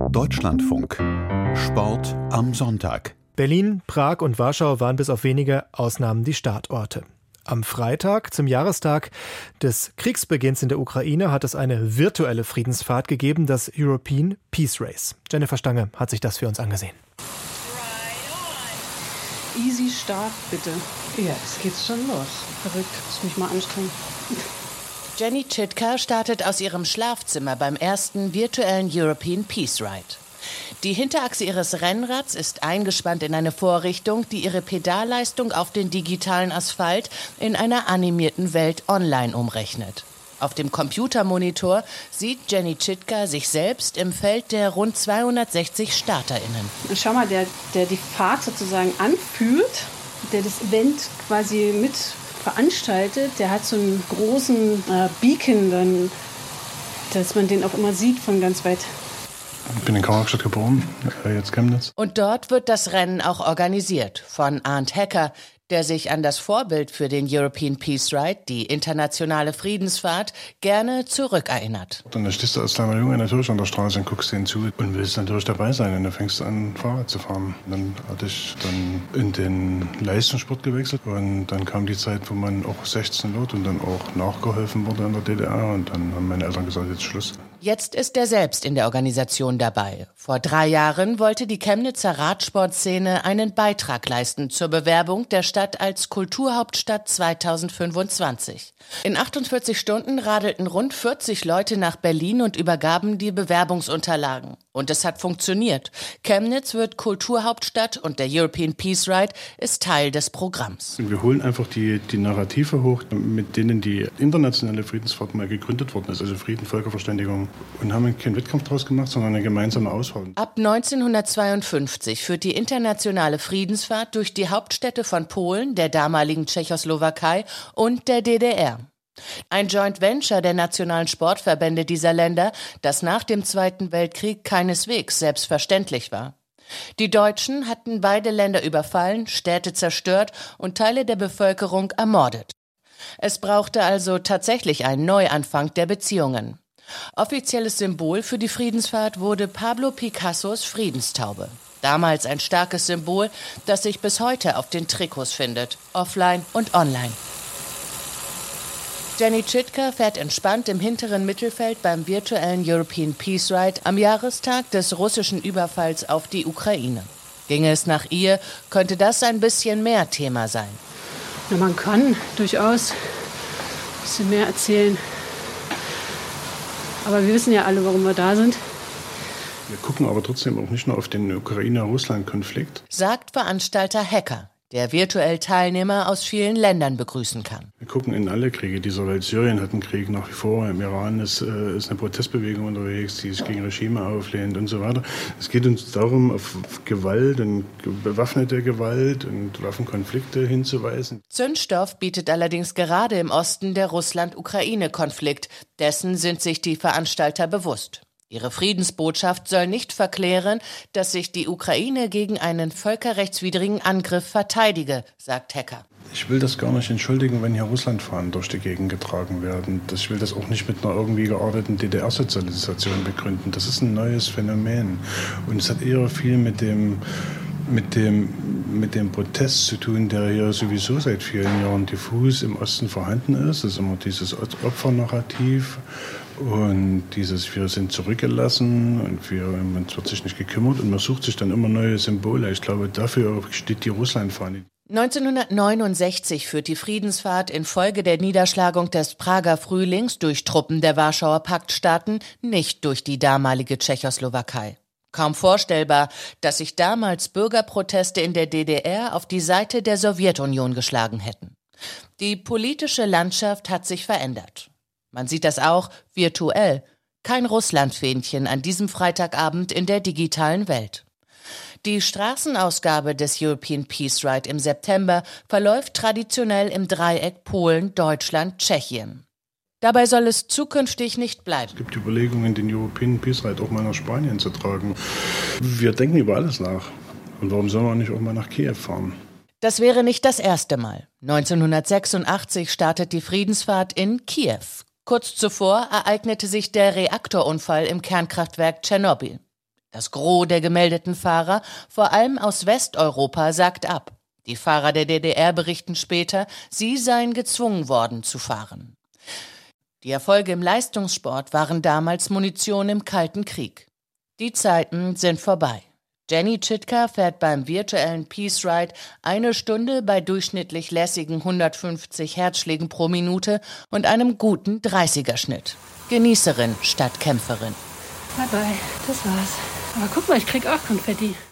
Deutschlandfunk. Sport am Sonntag. Berlin, Prag und Warschau waren bis auf wenige Ausnahmen die Startorte. Am Freitag, zum Jahrestag des Kriegsbeginns in der Ukraine, hat es eine virtuelle Friedensfahrt gegeben, das European Peace Race. Jennifer Stange hat sich das für uns angesehen. Easy Start, bitte. Ja, jetzt geht's schon los. Verrückt, muss mich mal anstrengen. Jenny Chitka startet aus ihrem Schlafzimmer beim ersten virtuellen European Peace Ride. Die Hinterachse ihres Rennrads ist eingespannt in eine Vorrichtung, die ihre Pedalleistung auf den digitalen Asphalt in einer animierten Welt online umrechnet. Auf dem Computermonitor sieht Jenny Chitka sich selbst im Feld der rund 260 StarterInnen. Schau mal, der die Fahrt sozusagen anführt, der das Event quasi mit veranstaltet, der hat so einen großen Beacon, dann, dass man den auch immer sieht von ganz weit. Ich bin in Karl-Marx-Stadt geboren, jetzt Chemnitz. Und dort wird das Rennen auch organisiert von Arndt Hecker, der sich an das Vorbild für den European Peace Ride, die internationale Friedensfahrt, gerne zurückerinnert. Und dann stehst du als kleiner Junge natürlich an der Straße und guckst denen zu und willst natürlich dabei sein. Und dann fängst du an, Fahrrad zu fahren. Dann hatte ich dann in den Leistungssport gewechselt und dann kam die Zeit, wo man auch 16 wird und dann auch nachgeholfen wurde in der DDR. Und dann haben meine Eltern gesagt, jetzt Schluss. Jetzt ist er selbst in der Organisation dabei. Vor 3 Jahren wollte die Chemnitzer Radsportszene einen Beitrag leisten zur Bewerbung der Stadt als Kulturhauptstadt 2025. In 48 Stunden radelten rund 40 Leute nach Berlin und übergaben die Bewerbungsunterlagen. Und es hat funktioniert. Chemnitz wird Kulturhauptstadt und der European Peace Ride ist Teil des Programms. Und wir holen einfach die Narrative hoch, mit denen die internationale Friedensfahrt mal gegründet worden ist, also Frieden, Völkerverständigung. Und haben keinen Wettkampf daraus gemacht, sondern eine gemeinsame Auswahl. Ab 1952 führt die internationale Friedensfahrt durch die Hauptstädte von Polen, der damaligen Tschechoslowakei und der DDR. Ein Joint Venture der nationalen Sportverbände dieser Länder, das nach dem Zweiten Weltkrieg keineswegs selbstverständlich war. Die Deutschen hatten beide Länder überfallen, Städte zerstört und Teile der Bevölkerung ermordet. Es brauchte also tatsächlich einen Neuanfang der Beziehungen. Offizielles Symbol für die Friedensfahrt wurde Pablo Picassos Friedenstaube. Damals ein starkes Symbol, das sich bis heute auf den Trikots findet, offline und online. Jenny Chitka fährt entspannt im hinteren Mittelfeld beim virtuellen European Peace Ride am Jahrestag des russischen Überfalls auf die Ukraine. Ginge es nach ihr, könnte das ein bisschen mehr Thema sein. Ja, man kann durchaus ein bisschen mehr erzählen. Aber wir wissen ja alle, warum wir da sind. Wir gucken aber trotzdem auch nicht nur auf den Ukraine-Russland-Konflikt, sagt Veranstalter Hecker, der virtuell Teilnehmer aus vielen Ländern begrüßen kann. Wir gucken in alle Kriege dieser Welt. Syrien hat einen Krieg nach wie vor, im Iran ist eine Protestbewegung unterwegs, die sich gegen Regime auflehnt und so weiter. Es geht uns darum, auf Gewalt und bewaffnete Gewalt und Waffenkonflikte hinzuweisen. Zündstoff bietet allerdings gerade im Osten der Russland-Ukraine-Konflikt. Dessen sind sich die Veranstalter bewusst. Ihre Friedensbotschaft soll nicht verklären, dass sich die Ukraine gegen einen völkerrechtswidrigen Angriff verteidige, sagt Hecker. Ich will das gar nicht entschuldigen, wenn hier Russlandfahnen durch die Gegend getragen werden. Ich will das auch nicht mit einer irgendwie gearteten DDR-Sozialisation begründen. Das ist ein neues Phänomen. Und es hat eher viel mit dem Protest zu tun, der hier sowieso seit vielen Jahren diffus im Osten vorhanden ist. Das ist immer dieses Opfernarrativ und dieses wir sind zurückgelassen und man wird sich nicht gekümmert und man sucht sich dann immer neue Symbole. Ich glaube, dafür steht die Russlandfahne. 1969 führt die Friedensfahrt infolge der Niederschlagung des Prager Frühlings durch Truppen der Warschauer Paktstaaten nicht durch die damalige Tschechoslowakei. Kaum vorstellbar, dass sich damals Bürgerproteste in der DDR auf die Seite der Sowjetunion geschlagen hätten. Die politische Landschaft hat sich verändert. Man sieht das auch virtuell. Kein Russlandfähnchen an diesem Freitagabend in der digitalen Welt. Die Straßenausgabe des European Peace Ride im September verläuft traditionell im Dreieck Polen, Deutschland, Tschechien. Dabei soll es zukünftig nicht bleiben. Es gibt Überlegungen, den European Peace Ride auch mal nach Spanien zu tragen. Wir denken über alles nach. Und warum soll man nicht auch mal nach Kiew fahren? Das wäre nicht das erste Mal. 1986 startet die Friedensfahrt in Kiew. Kurz zuvor ereignete sich der Reaktorunfall im Kernkraftwerk Tschernobyl. Das Gros der gemeldeten Fahrer, vor allem aus Westeuropa, sagt ab. Die Fahrer der DDR berichten später, sie seien gezwungen worden zu fahren. Die Erfolge im Leistungssport waren damals Munition im Kalten Krieg. Die Zeiten sind vorbei. Jenny Chitka fährt beim virtuellen Peace Ride 1 Stunde bei durchschnittlich lässigen 150 Herzschlägen pro Minute und einem guten 30er-Schnitt. Genießerin statt Kämpferin. Bye bye, das war's. Aber guck mal, ich krieg auch Konfetti.